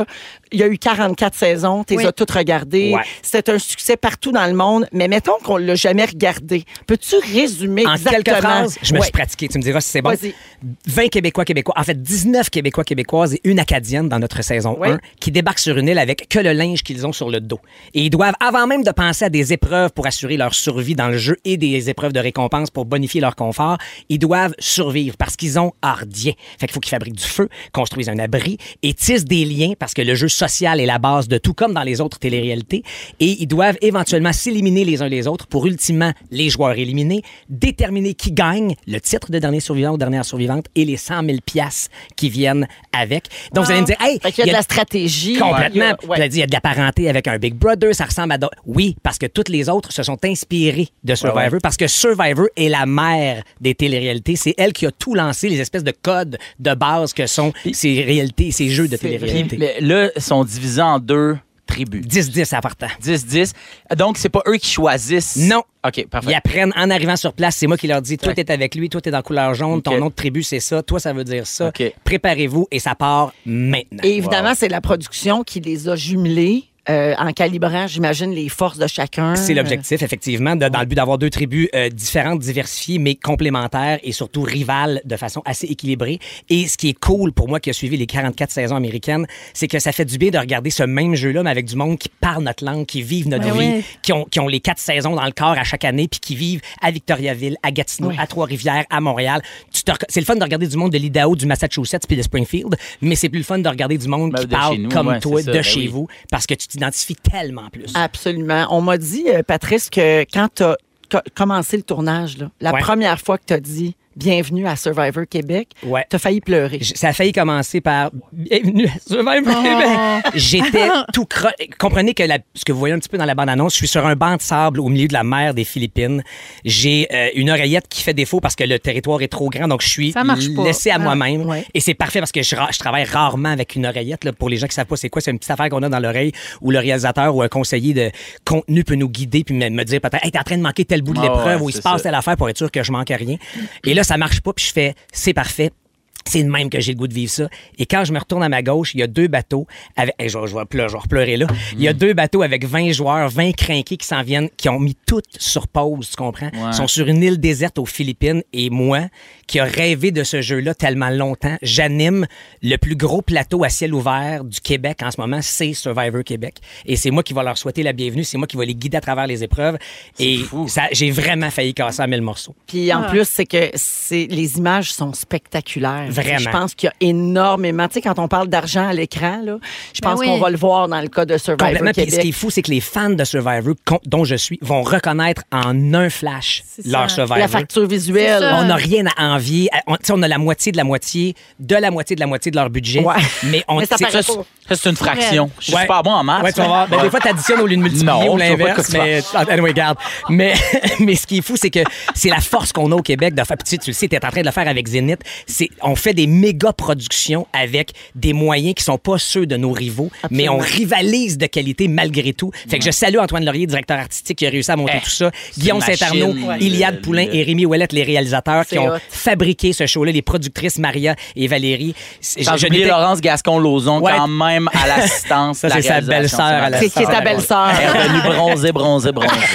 il y a eu 44 saisons, tu les as toutes regardées. Ouais. C'était un succès partout dans le monde, mais mettons qu'on l'a jamais regardé. Peux-tu résumer En exactement? quelques phrases, je me Ouais. suis pratiqué. Tu me diras si c'est bon. Vas-y. 20 Québécois, en fait 19 Québécoises et une Acadienne dans notre saison Ouais. 1 qui débarquent sur une île avec que le linge qu'ils ont sur le dos. Et ils doivent, avant même de penser à des épreuves pour assurer leur survie dans le jeu et des épreuves de récompense pour bonifier leur confort, ils doivent survivre parce qu'ils ont rien. Fait qu'il faut qu'ils fabriquent du feu, construisent un abri et tissent des liens parce que le jeu social est la base de tout, comme dans les autres téléréalités. Et ils doivent éventuellement s'éliminer les uns les autres pour ultimement, les joueurs éliminés, déterminer qui gagne, le titre de dernier survivant ou dernière survivante et les 100 000 piastres qui viennent avec. Donc, vous allez me dire, hey, Fait qu'il y a de la stratégie. complètement. Ouais. Puis elle dit, il y a de la parenté avec un Big Brother, ça ressemble à... Oui, parce que toutes les autres se sont inspirées de Survivor, parce que Survivor est la mère des téléréalités. C'est elle qui a tout lancé, les espèces de codes de base que sont ces réalités, ces jeux de téléréalité. Mais là, ils sont divisés en 2 tribus. 10-10 à partant. 10-10. Donc, c'est pas eux qui choisissent. Non. OK, parfait. Ils apprennent en arrivant sur place. C'est moi qui leur dis, toi, t'es avec lui, toi, t'es dans couleur jaune, ton nom de tribu, c'est ça, toi, ça veut dire ça. OK. Préparez-vous et ça part maintenant. Et évidemment, c'est la production qui les a jumelés en calibrant, j'imagine, les forces de chacun. C'est l'objectif, effectivement, dans le but d'avoir 2 tribus différentes, diversifiées, mais complémentaires et surtout rivales de façon assez équilibrée. Et ce qui est cool pour moi qui a suivi les 44 saisons américaines, c'est que ça fait du bien de regarder ce même jeu-là, mais avec du monde qui parle notre langue, qui vivent notre vie, qui ont les 4 saisons dans le corps à chaque année, puis qui vivent à Victoriaville, à Gatineau, à Trois-Rivières, à Montréal. C'est le fun de regarder du monde de l'Idaho, du Massachusetts puis de Springfield, mais c'est plus le fun de regarder du monde qui parle comme toi, de chez vous, parce que tu t'identifies tellement plus. Absolument. On m'a dit, Patrice, que quand tu as commencé le tournage, là, la première fois que tu as dit bienvenue à Survivor Québec, tu as failli pleurer. Ça a failli commencer par bienvenue à Survivor Québec. J'étais tout comprenez que ce que vous voyez un petit peu dans la bande-annonce, je suis sur un banc de sable au milieu de la mer des Philippines. J'ai une oreillette qui fait défaut parce que le territoire est trop grand, donc je suis laissé à moi-même. Et c'est parfait parce que je travaille rarement avec une oreillette. Là, pour les gens qui savent pas c'est quoi, c'est une petite affaire qu'on a dans l'oreille où le réalisateur ou un conseiller de contenu peut nous guider puis me dire peut-être hey, t'es en train de manquer tel bout de l'épreuve où il se passe telle affaire pour être sûr que je manque rien. Et là, ça marche pas, puis je fais, c'est parfait. C'est de même que j'ai le goût de vivre ça. Et quand je me retourne à ma gauche, il y a 2 bateaux avec... je vais pleurer là. Il y a 2 bateaux avec 20 joueurs, 20 crinqués qui s'en viennent, qui ont mis tout sur pause, tu comprends? Ils sont sur une île déserte aux Philippines. Et moi, qui a rêvé de ce jeu-là tellement longtemps, j'anime le plus gros plateau à ciel ouvert du Québec en ce moment, c'est Survivor Québec. Et c'est moi qui va leur souhaiter la bienvenue. C'est moi qui va les guider à travers les épreuves. Et ça, j'ai vraiment failli casser en 1000 morceaux. Puis en plus, c'est que les images sont spectaculaires. Vraiment. Je pense qu'il y a énormément. Tu sais, quand on parle d'argent à l'écran, là, je pense qu'on va le voir dans le cas de Survivor Complètement. Québec. Puis ce qui est fou, c'est que les fans de Survivor, dont je suis, vont reconnaître en un flash leur Survivor. La facture visuelle. On n'a rien à envier. On a la moitié de la moitié de leur budget. Mais ça paraît pas. Ça, c'est une fraction. Je suis super bon en maths. Ouais, tu vas voir. Ben, des fois, tu additionnes au lieu de multiplier ou l'inverse. Mais anyway, regarde. Mais ce qui est fou, c'est que c'est la force qu'on a au Québec de faire. Puis tu le sais, tu es en train de le faire avec Zénith. On fait des méga productions avec des moyens qui sont pas ceux de nos rivaux, mais on rivalise de qualité malgré tout. Fait que je salue Antoine Laurier, directeur artistique, qui a réussi à monter tout ça. Guillaume Saint-Arnaud, Iliade Poulain et Rémi Ouellette, les réalisateurs qui ont fabriqué ce show-là, les productrices Maria et Valérie. J'ai oublié Laurence Gascon-Lauzon quand même à l'assistance. Ça, c'est sa belle-sœur à l'assistance. C'est ta belle-sœur. Elle est revenue bronzée.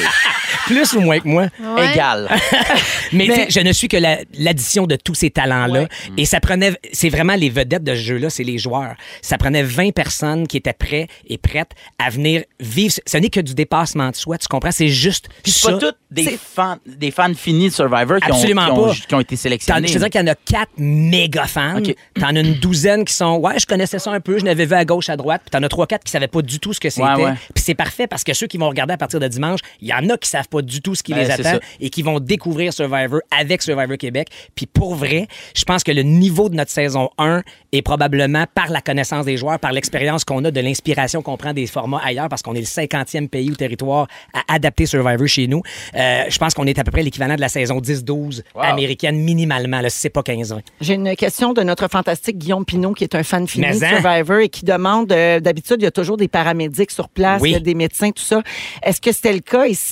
Plus ou moins que moi. Égal. Mais je ne suis que l'addition de tous ces talents-là. Et ça prenait... C'est vraiment les vedettes de ce jeu-là, c'est les joueurs. Ça prenait 20 personnes qui étaient prêts et prêtes à venir vivre. Ce n'est que du dépassement de soi, tu comprends? C'est juste ça. C'est pas toutes des fans finis de Survivor qui ont été sélectionnés. Je te dirais qu'il y en a 4 méga fans. T'en as une douzaine qui sont, je connaissais ça un peu, je l'avais vu à gauche, à droite. Puis t'en as 3-4 qui savaient pas du tout ce que c'était. Puis c'est parfait parce que ceux qui vont regarder à partir de dimanche, il y en a qui savent pas du tout ce qui les attend et qui vont découvrir Survivor avec Survivor Québec. Puis pour vrai, je pense que le niveau de notre saison 1 est probablement par la connaissance des joueurs, par l'expérience qu'on a, de l'inspiration qu'on prend des formats ailleurs, parce qu'on est le 50e pays ou territoire à adapter Survivor chez nous. Je pense qu'on est à peu près l'équivalent de la saison 10-12 américaine minimalement, là, si c'est pas 15-20. J'ai une question de notre fantastique Guillaume Pinault, qui est un fan fini de Survivor et qui demande, d'habitude, il y a toujours des paramédics sur place, il y a des médecins, tout ça. Est-ce que c'était le cas? Et si oui,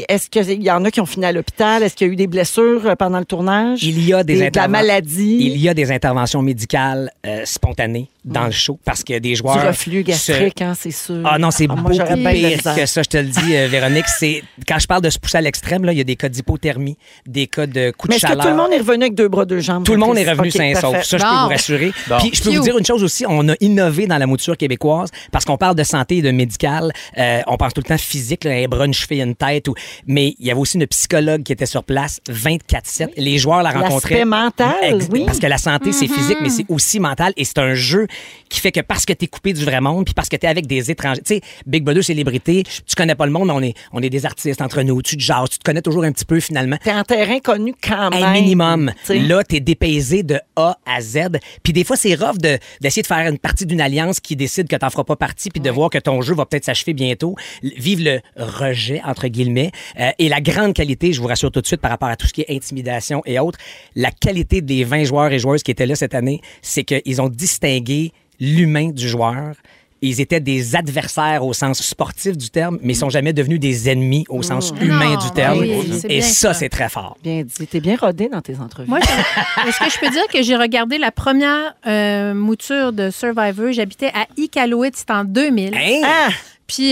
est-ce qu'il y en a qui ont fini à l'hôpital? Est-ce qu'il y a eu des blessures pendant le tournage? Il y a de la maladie? Il y a des interventions médicales spontanées dans le show parce que des joueurs... Du reflux gastrique, c'est sûr. Ah non, c'est beaucoup j'aurais bien de pire misère. que ça, je te le dis, Véronique. Quand je parle de se pousser à l'extrême, là, il y a des cas d'hypothermie, des cas de coups de chaleur. Mais est-ce que tout le monde est revenu avec 2 bras, 2 jambes? Tout le monde est revenu sain et sauf. Ça, je peux vous rassurer. Puis je peux vous dire une chose aussi, on a innové dans la mouture québécoise parce qu'on parle de santé et de médical. On pense tout le temps physique, là, un bras, une cheville, une tête. Mais il y avait aussi une psychologue qui était sur place 24/7. Les joueurs la rencontraient. L'aspect mental, oui. Parce que la santé, c'est physique, mais c'est aussi mental. Et c'est un jeu qui fait que parce que t'es coupé du vrai monde, puis parce que t'es avec des étrangers. Tu sais, Big Brother, célébrité, tu connais pas le monde, mais on est des artistes entre nous. Tu te jases, tu te connais toujours un petit peu finalement. T'es en terrain connu quand même. Un minimum. T'sais. Là, t'es dépaysé de A à Z. Puis des fois, c'est rough d'essayer de faire une partie d'une alliance qui décide que t'en feras pas partie, puis de voir que ton jeu va peut-être s'achever bientôt. Vive le rejet, entre guillemets. Et la grande qualité, je vous rassure tout de suite par rapport à tout ce qui est intimidation et autres, la qualité des 20 joueurs et joueuses qui étaient là cette année, c'est qu'ils ont distingué l'humain du joueur. Ils étaient des adversaires au sens sportif du terme, mais ils sont jamais devenus des ennemis au sens humain du terme. Oui, et ça, c'est très fort. Bien dit. T'es bien rodé dans tes entrevues. Moi, est-ce que je peux dire que j'ai regardé la première mouture de Survivor? J'habitais à Iqaluit, c'était en 2000. Hein? Ah! Puis,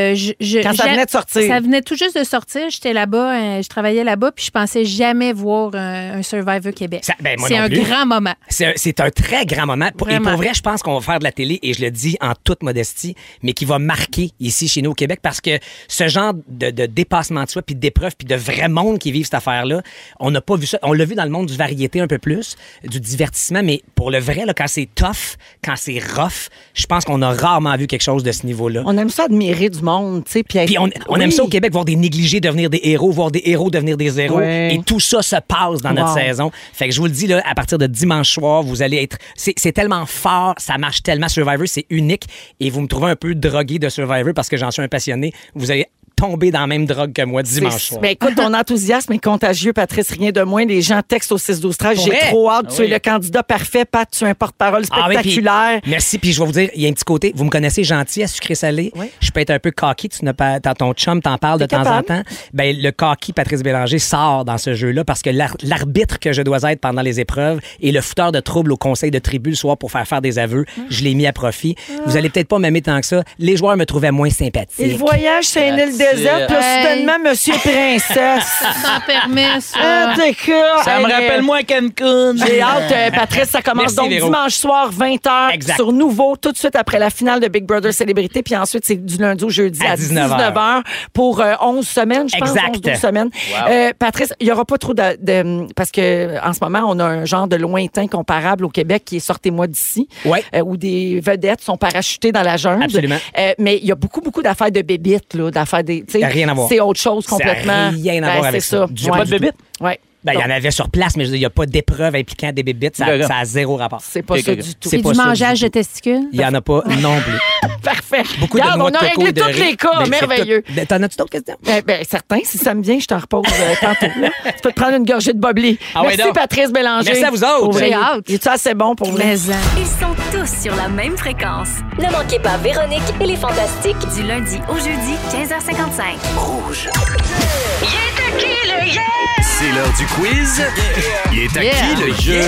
quand ça venait de sortir. Ça venait tout juste de sortir. J'étais là-bas, je travaillais là-bas, puis je pensais jamais voir un Survivor Québec. Moi c'est non un plus. grand moment. C'est un très grand moment. Et Vraiment. pour vrai, je pense qu'on va faire de la télé, et je le dis en toute modestie, mais qui va marquer ici, chez nous au Québec, parce que ce genre de dépassement de soi, puis d'épreuves, puis de vrai monde qui vivent cette affaire-là, on n'a pas vu ça. On l'a vu dans le monde du variété un peu plus, du divertissement, mais pour le vrai, là, quand c'est tough, quand c'est rough, je pense qu'on a rarement vu quelque chose de ce niveau-là. On aime ça admirer du monde, tu sais. Puis on aime ça au Québec, voir des négligés devenir des héros, voir des héros devenir des héros. Ouais. Et tout ça se passe dans notre saison. Fait que je vous le dis, là, à partir de dimanche soir, vous allez être... C'est tellement fort, ça marche tellement. Survivor, c'est unique. Et vous me trouvez un peu drogué de Survivor parce que j'en suis un passionné. Vous allez tomber dans la même drogue que moi dimanche soir. Mais écoute, ton enthousiasme est contagieux, Patrice, rien de moins. Les gens textent au 6-12-13. J'ai trop hâte. Tu es le candidat parfait, Pat. Tu es un porte-parole spectaculaire. Puis, merci. Puis je vais vous dire, il y a un petit côté, vous me connaissez gentil à sucré-salé. Oui. Je peux être un peu cocky. Dans ton chum t'en parles de temps en temps. Ben, le cocky Patrice Bélanger sort dans ce jeu-là parce que l'arbitre que je dois être pendant les épreuves et le fouteur de troubles au conseil de tribu le soir pour faire des aveux, je l'ai mis à profit. Vous allez peut-être pas m'aimer tant que ça. Les joueurs me trouvaient moins sympathique. Et le voyage, c'est une île déserte. Puis soudainement, Monsieur Princesse. Ça permet ça. Ça me rappelle moins Cancun. J'ai hâte, Patrice. Ça commence donc dimanche soir, 20h, sur Nouveau, tout de suite après la finale de Big Brother Célébrité. Puis ensuite, c'est du lundi au jeudi à 19h pour 11 semaines, je pense. 11-12 semaines. Wow. Patrice, il n'y aura pas trop parce que en ce moment, on a un genre de lointain comparable au Québec qui est Sortez-moi d'ici, où des vedettes sont parachutées dans la jungle. Absolument. Mais il y a beaucoup d'affaires de bébites, là, d'affaires des... Rien à voir. C'est autre chose complètement. Ça n'a rien à voir avec ça. Il n'y a pas de bébites? Oui. Ben, il y en avait sur place, mais il n'y a pas d'épreuve impliquant des bébites. Ça a zéro rapport. C'est pas ça du tout. C'est du mangeage de testicules? Il n'y en a pas non plus. Parfait. Beaucoup de noix de coco on a réglé tous les cas. Merveilleux. T'en as-tu d'autres questions? Ben, certains. Si ça me vient, je t'en repose tantôt. Là. Tu peux te prendre une gorgée de Bobli. Merci, Patrice Bélanger. Merci à vous autres. J'ai hâte. Il est assez bon pour vous. Ils sont tous sur la même fréquence. Ne manquez pas Véronique et les Fantastiques du lundi au jeudi, 15h55. Rouge. Il est à qui le yeah? C'est l'heure du quiz. Il est à qui le jeu?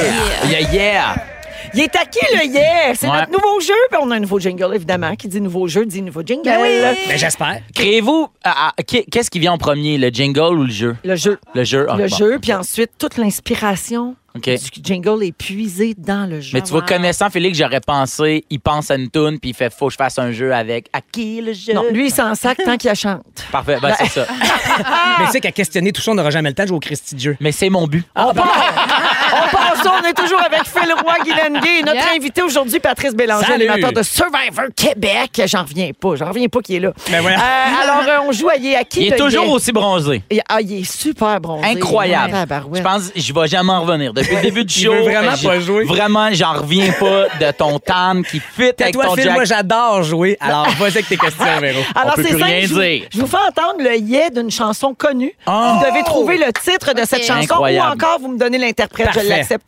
Il est à qui le yeah? C'est notre nouveau jeu. Puis on a un nouveau jingle, évidemment. Qui dit nouveau jeu, dit nouveau jingle. Ben, j'espère. Créez-vous... qu'est-ce qui vient en premier, le jingle ou le jeu? Le jeu. Le jeu. Le jeu, puis ensuite, toute l'inspiration du jingle est puisée dans le jeu. Mais tu vois, connaissant Félix, j'aurais pensé, il pense à une toune, puis il fait, faut que je fasse un jeu avec à qui le jeu? Non, lui, il s'en sac tant qu'il la chante. Parfait, ben c'est ça. Mais tu sais qu'à questionner tout ça, on n'aura jamais le temps de jouer au Christy de jeu. Mais c'est mon but. On passe, on est toujours avec Phil Roy, Guy Lenguet. Notre invité aujourd'hui, Patrice Bélanger, animateur de Survivor Québec. J'en reviens pas qu'il est là. Ben voilà. Alors, on joue à qui il est toujours aussi bronzé. Il est super bronzé. Incroyable. Je pense que je vais jamais en revenir. Depuis le début du show, vraiment pas jouer. Vraiment, j'en reviens pas de ton tan qui fit avec toi, ton Phil, jack. moi, j'adore jouer. Alors, vas-y avec tes questions, Véro. Alors, on peut c'est plus simple, rien dire. Je vous fais entendre le yeah d'une chanson connue. Vous devez trouver le titre de cette chanson ou encore vous me donnez l'interprète. Parfait. Je l'accepte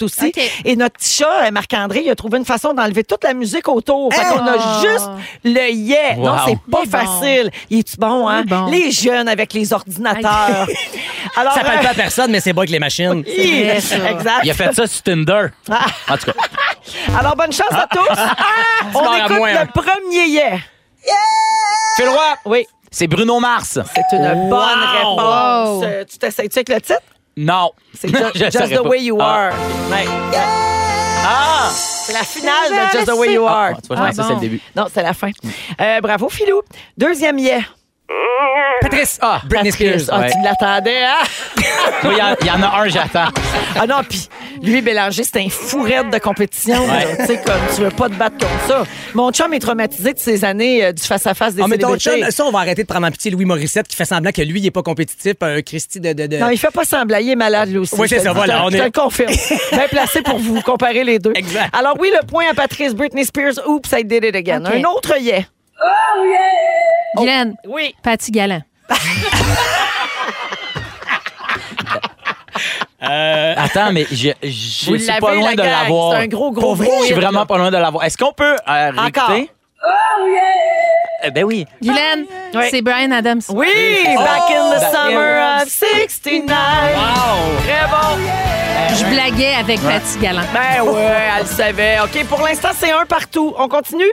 aussi. OK. Et notre petit chat, Marc-André, il a trouvé une façon d'enlever toute la musique autour. Fait qu'on a juste le yeah. Wow. Non, c'est pas Il est bon. facile. Il est-tu bon, hein? Il est bon. Les jeunes avec les ordinateurs. Alors, Ça parle pas à personne, mais c'est bon avec les machines. vrai, ça. Exact. Il a fait ça sur Tinder. Ah. En tout cas. Alors, bonne chance à tous. On pars à écoute moi, le hein. premier yeah. Phil Roy. Oui. C'est Bruno Mars. C'est une bonne réponse. Wow. Tu t'essayes-tu avec le titre? Non. C'est Je Just saurais the pas. Way You Are. Ouais. Ah! C'est la finale de Just the Way You Are. Tu vois, je pensais que c'est le début. Non, c'est la fin. Bravo, Philou. Deuxième yeah. Patrice. Britney Spears. Ah, Ouais. tu l'attendais, hein? Moi, il y en a un, j'attends. Ah non, puis lui, Bélanger, c'est un fourrette de compétition. là. Tu sais, comme tu veux pas te battre comme ça. Mon chum est traumatisé de ces années du face-à-face des Ah, mais ton célébrités. chum, ça, on va arrêter de prendre en pitié Louis Morissette qui fait semblant que lui, il est pas compétitif. Un Christy de... Non, il fait pas semblant, il est malade lui aussi. Oui, c'est ça, voilà, on Je te est- le confirme. Bien placé pour vous comparer les deux. Exact. Alors oui, le point à Patrice, Britney Spears, Oops, I Did It Again. OK. Un autre yeah. Guylaine, Oui. Patty Galland. Attends, mais je Vous suis l'avez, pas loin la de gang. l'avoir. C'est un gros Pour vrai, je suis hit, vraiment là. pas loin de l'avoir. Est-ce qu'on peut réécouter? Encore. Ben oui. Guylaine, Oui. c'est Bryan Adams. Oui, Back in the Back Summer of 69. Très bon. Je blaguais avec Patty Galland. Ben ouais, elle le savait. OK, pour l'instant, c'est un partout. On continue?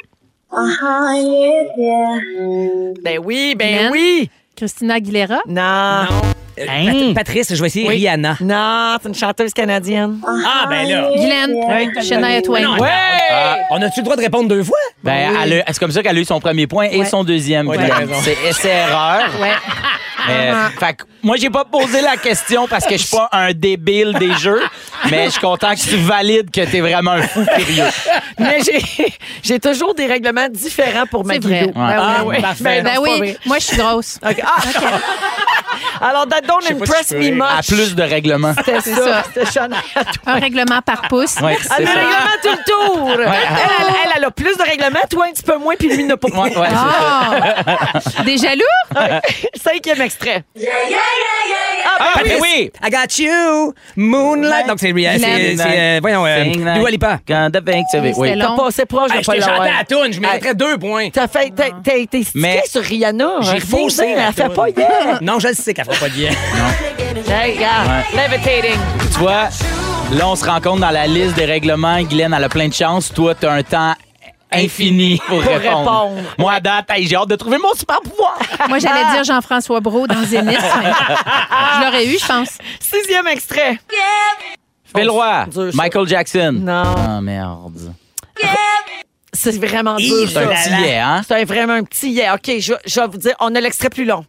Ben oui, ben Guylaine? oui. Christina Aguilera. Non. Patrice, je vais essayer Oui. Rihanna. Non, c'est une chanteuse canadienne. Ah, ben là. Guylaine, Shania Twain. Non, Ouais! On a-tu le droit de répondre deux fois? Ben, c'est comme ça qu'elle a eu son premier point et son deuxième. Ouais, Guylaine. t'as raison. C'est essai-erreur. Ouais. Fait que moi, j'ai pas posé la question parce que je suis pas un débile des jeux, mais je suis content que tu valides que t'es vraiment un fou furieux. Mais j'ai toujours des règlements différents pour ma C'est vrai. guido. Ouais. Ben oui, parfait. Ben non, Ben c'est pas oui, vrai. moi, je suis grosse. OK. Ah! Alors, that don't sais pas impress si je peux me rire. much. À plus de règlements. C'était C'est ça. ça. C'était Shania Twain. Un règlement par pouce. Ouais, Ah, c'est le ça. règlement tout le tour. Elle a plus de règlements, toi un petit peu moins, puis lui n'a pas plus. Ouais, ouais, Ah! Des jaloux? Cinquième extrait. Ah, ben oui! I got you, Moonlight. Donc, c'est Rihanna. C'est, voyons, Dua Lipa. Quand the bank, c'est oui. C'était long. T'as passé proche de Hey, je pas t'ai chanté l'avoir. à la toune, je mériterais 2 points. T'as été stické Mais sur Rihanna. J'ai Reviens, faussé elle la fait toune. pas hier. Non, je le sais qu'elle fera pas de bien. Hey, regarde, levitating. Tu vois, là, on se rend compte dans la liste des règlements. Guylaine, elle a plein de chance. Toi, t'as un temps infini pour répondre. Moi, à date, hey, j'ai hâte de trouver mon super pouvoir. Moi, j'allais dire Jean-François Brault dans Zénith. mais je l'aurais eu, je pense. Sixième extrait. Phil Roy, dur, ça. Michael Jackson. Non. Ah, merde. C'est vraiment dur, C'est ça. un petit yeah, hein? C'est vraiment un petit yeah. OK, je vais vous dire, on a l'extrait plus long.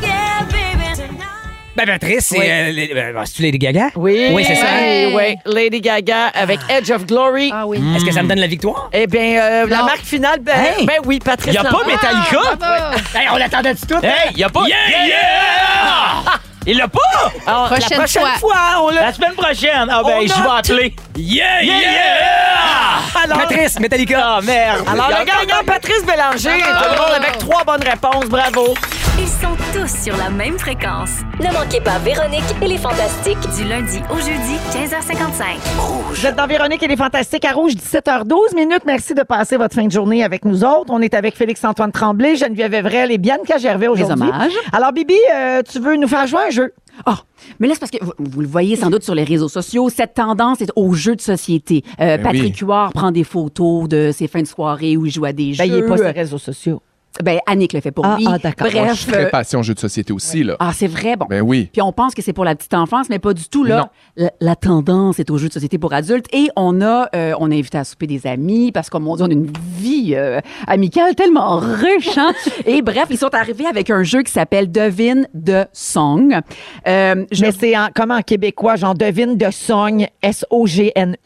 Ben, Patrice, c'est. Oui. C'est-tu Lady Gaga? Oui. Oui, c'est ça. Oui, Lady Gaga avec Edge of Glory. Ah oui. Est-ce que ça me donne la victoire? Eh bien, la Non. marque finale, ben oui, Patrice. Y a pas Lambert. Metallica? Bravo. Hey, on l'attendait du tout. Hey, y a pas. Yeah! Il l'a pas! Alors, Prochaine la prochaine fois. on l'a. La semaine prochaine. Ah, ben, On je a vais appeler. Yeah! Alors, Patrice, Metallica. Ah, merde. alors le gagnant, Patrice Bélanger. Tout le monde avec 3 bonnes réponses. Bravo. Ils sont tous sur la même fréquence. Ne manquez pas Véronique et les Fantastiques du lundi au jeudi 15h55. Vous êtes dans Véronique et les Fantastiques à Rouge, 17h12 minutes. Merci de passer votre fin de journée avec nous autres. On est avec Félix-Antoine Tremblay, Geneviève Evrel et Bianca Gervais aujourd'hui. hommages. Alors, Bibi, tu veux nous faire jouer un jeu? Oh, mais là, c'est parce que vous le voyez sans doute sur les réseaux sociaux, cette tendance est aux jeux de société. Patrick Huard prend des photos de ses fins de soirée où il joue à des jeux. Ben, il n'est pas sur les réseaux sociaux. Ben, Annick le fait pour lui. d'accord. Bref. Moi, je suis très passion jeux de société aussi, là. Ah, c'est vrai, bon. Ben oui. Puis on pense que c'est pour la petite enfance, mais pas du tout, là. La tendance est aux jeux de société pour adultes. Et on a invité à souper des amis parce qu'on a une vie amicale tellement riche, hein? Et bref, ils sont arrivés avec un jeu qui s'appelle Devine de Song. Mais c'est comment en québécois, genre devine de Sogne, S-O-G-N-E.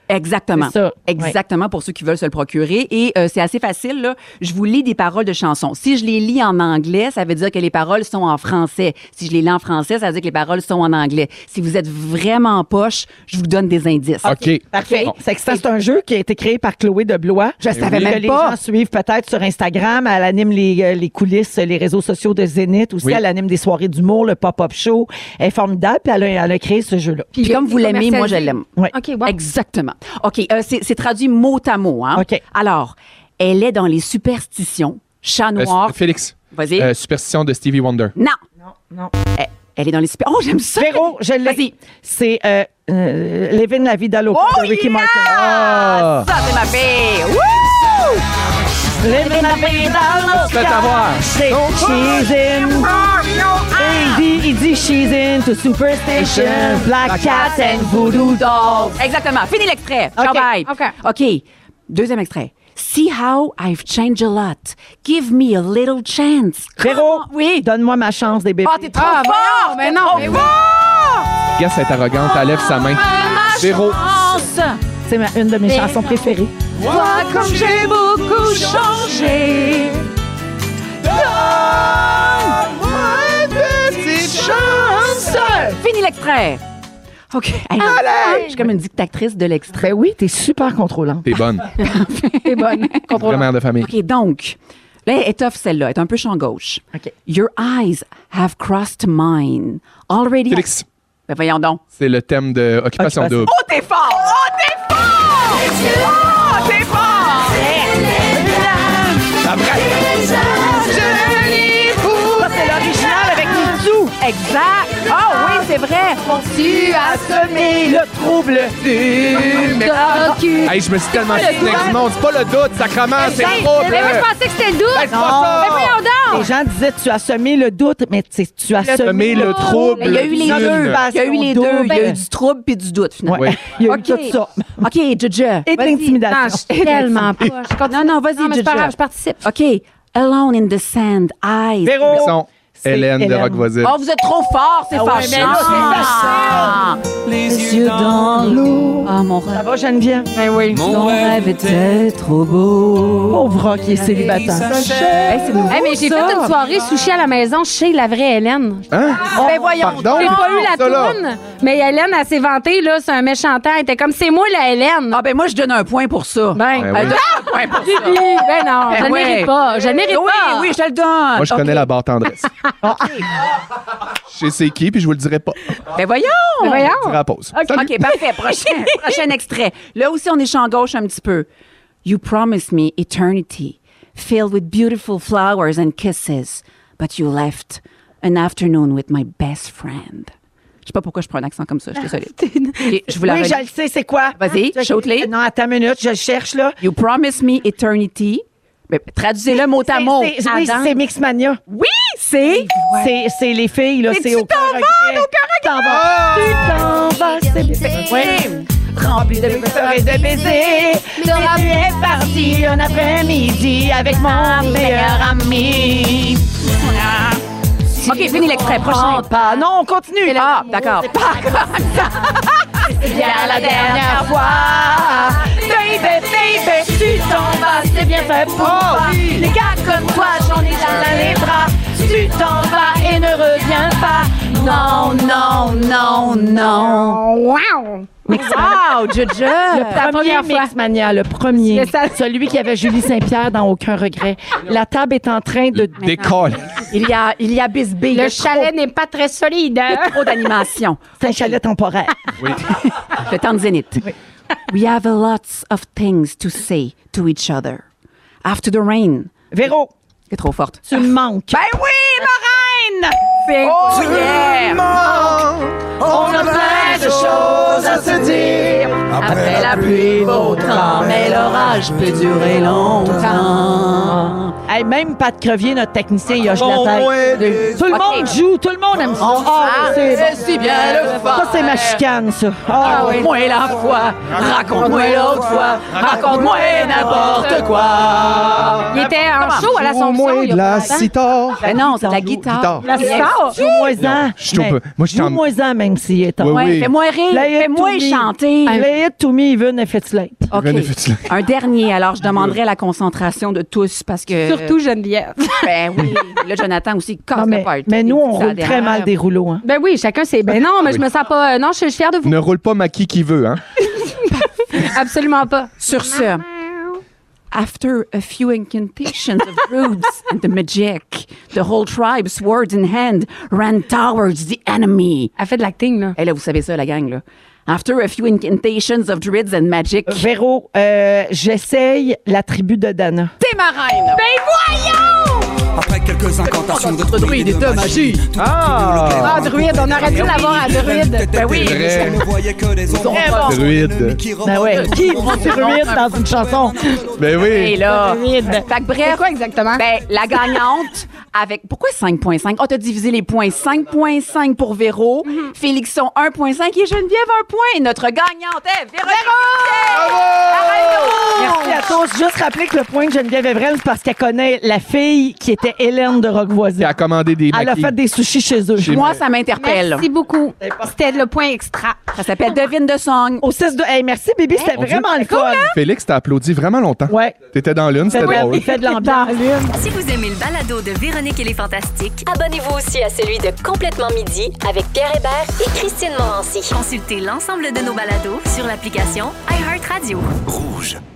Exactement. C'est ça. Exactement, pour ceux qui veulent se le procurer. Et c'est assez facile, là. Je vous lis des paroles de chansons. Si je les lis en anglais, ça veut dire que les paroles sont en français. Si je les lis en français, ça veut dire que les paroles sont en anglais. Si vous êtes vraiment poche, je vous donne des indices. OK. Parfait. Bon. C'est un jeu qui a été créé par Chloé de Blois. Je savais même que les pas. gens suivent peut-être sur Instagram. Elle anime les coulisses, les réseaux sociaux de Zénith. Aussi, elle anime des soirées d'humour, le pop-up show. Elle est formidable, puis elle a créé ce jeu-là. Puis comme vous l'aimez, moi, je l'aime. Oui. OK, wow. Exactement. OK, c'est traduit mot à mot. Hein? OK. Alors, elle est dans les superstitions. Chat noir. Félix. Vas-y. Superstition de Stevie Wonder. Non. Elle est dans les superstitions. Oh, j'aime ça. Véro, je l'ai. Vas-y. C'est Living la vida loca de Ricky Martin. Ça, c'est ma fille. Woo! Living la vida loca. Faites avoir. C'est She's in. Il dit She's into superstition, black cats and voodoo dolls. Exactement. Fini l'extrait. Ciao, bye. OK. Deuxième extrait. See how I've changed a lot. Give me a little chance. Véro, oui. Donne-moi ma chance des bébés. Ah, t'es trop fort! Mais non, mais oui. Gars, c'est arrogante. Elle lève sa main. Véro. C'est une de mes chansons préférées. Vois comme j'ai beaucoup changé. Donne-moi une petite chance. Fini l'extrait. OK. Hey, je suis comme une dictatrice de l'extrait. Oui, t'es super contrôlante. T'es bonne. T'es bonne. Vraie mère de famille. OK, donc, là, elle est tough, celle-là. Elle est un peu champ gauche. OK. Your eyes have crossed mine. Already. Félix. Ben voyons donc. C'est le thème de Occupation Double. Oh, t'es fort! Oh, t'es fort! Oh, t'es fort! Ça, c'est l'original avec Mitsou. Exact. Oh oui, c'est vrai. Tu as semé le trouble Hey, je me suis tellement soutenu avec du monde. C'est pas le doute, sacrement, c'est le trouble. Mais moi, je pensais que c'était le doute. Ben, c'est pas ça. Mais voyons donc. Les gens disaient tu as semé le doute, mais tu as semé le trouble. Il y a eu les deux. Il y a eu les deux. Il y a eu Ouais. du trouble puis du doute, finalement. Oui. Il y a eu OK. tout ça. OK, Jaja. Et de l'intimidation. Non, je suis tellement pas. Non, vas-y, Non, mais c'est pas Jaja. grave, je participe. OK. Alone in the sand, eyes. Véro. Son Hélène de Hélène. Rock Voisine. Oh, vous êtes trop fort, c'est fâchant. mais là, Les yeux dans l'eau. Ah, mon rêve. Ça va, Geneviève? Ben oui. Mon rêve était trop beau. Pauvre Rock, il est célibataire. Hey, c'est nouveau, Hey, mais j'ai ça. fait une soirée sushi à la maison chez la vraie Hélène. Hein? Ben voyons. Pardon? J'ai pas eu la Ça, là. toune, mais Hélène, elle s'est vantée, là, c'est un méchant temps. Elle était comme, c'est moi la Hélène. Ah, ben moi, je donne un point pour ça. Ben, Ouais, Elle oui. donne un point pour ça. ben non, je le ouais. mérite pas. Je le mérite Oui, pas. oui, je te le donne. Moi, je connais OK. la barre tendresse. Je sais c'est qui, puis je vous le dirai pas. Ben voyons. Ben voyons. On dira la pause. OK, parfait. Prochain extrait. Là aussi, on est champ gauche un petit peu. You promised me eternity, filled with beautiful flowers and kisses, but you left an afternoon with my best friend. Je sais pas pourquoi je prends un accent comme ça, je suis désolée. OK, je vous la Oui, relis. je le sais, c'est quoi? Vas-y, shoot-les. Non, attends une minute, je le cherche, là. You promised me eternity. Ben, traduisez-le mot à mot. Oui, Adam. c'est Mixmania. Oui, c'est... C'est les filles, là. Mais C'est tu au t'en vas, regret. au cœur Tu t'en vas, c'est Oui. rempli de peur et de baisers. Tu es parti un après-midi avec mon meilleur ami. OK, fini l'extrait. Prochain. Pas. Non, on continue. Ah, d'accord. C'est bien la dernière fois. Baby, tu t'en vas, c'est bien fait pour toi. Les gars comme toi, j'en ai dans les bras. Tu t'en vas et ne reviens pas. Non, non, non, non. Wow. Wow, Jaja. Le premier Mixmania, le premier. Celui qui avait Julie Saint-Pierre dans Aucun regret. La table est en train de... Décolle. Il y a Bisbee. Le chalet n'est pas très solide. Il y a trop d'animation. C'est un chalet temporaire. Oui. Le temps de Zénith. We have a lots of things to say to each other. After the rain. Véro, C'est trop forte. tu me manques. Ben oui, ma reine! Oh yeah! On a plein de choses à se dire. Après la pluie, beau temps, mais l'orage peut durer longtemps. Hey, même Pat Crevier, notre technicien, il hoche la tête. Tout le monde joue, tout le monde aime ça. C'est si bien le fun. Ça, c'est ma chicane, ça. Raconte-moi la fois, raconte-moi l'autre fois, raconte-moi n'importe quoi. Il était en show à l'Assomption. Joue-moi de la sitar. Ben non, c'est de la guitare. La guitare? Joue-moi-en. Je suis un peu- moi, je suis en- Joue-moi-en, même s'il est temps. Oui, oui. Fais-moi rire, Play it fais-moi to me. chanter. Play it to me, even if it's late. OK. René Fetulin. Un dernier, alors je demanderai la concentration de tous parce que... Surtout Geneviève. Ben oui, là, Jonathan aussi casse Non, le party. mais nous, on Ça roule très dérape. mal des rouleaux. Hein. Ben oui, chacun c'est. Ben non, mais je me sens pas. Non, je suis fière de vous. Ne roule pas Maki qui veut, hein? Absolument pas. Sur ce, after a few incantations of roots and the magic, the whole tribe, swords in hand, ran towards the enemy. Elle fait de l'acting, là. Et là, vous savez ça, la gang, là. After a few incantations of druids and magic. Véro, j'essaye la tribu de Dana. T'es ma reine! Ben voyons! Après quelques incantations de druide et de magie. Ah, druide, on aurait dû l'avoir à druide. Ben oui. Je ne voyais que des ombres. Druide. Ben ouais. Qui dit druide dans une chanson? Ben oui. Et là. Druide. Fait que bref. C'est quoi exactement? Ben, la gagnante avec. Pourquoi 5,5? Oh, t'as divisé les points. 5,5 pour Véro. Félixon, 1,5 et Geneviève, 1 point. Et notre gagnante est Véronique. Merci à tous. Juste rappeler que le point de Geneviève Evrel, c'est parce qu'elle connaît la fille qui était Hélène de Roquevoisin. Qui a commandé des Elle a maquis. fait des sushis chez eux. Moi, ça m'interpelle. Merci beaucoup. C'était le point extra. Ça s'appelle Devine de Song. Au 6 de. Hey, merci, bébé. C'était vraiment le fun. Félix t'a applaudi vraiment longtemps. Ouais. T'étais dans l'une, c'était drôle. Il fait de l'ambiance. Si vous aimez le balado de Véronique et les Fantastiques, abonnez-vous aussi à celui de Complètement Midi avec Pierre Hébert et Christine Morancy. Consultez l'ensemble de nos balados sur l'application iHeartRadio. Rouge.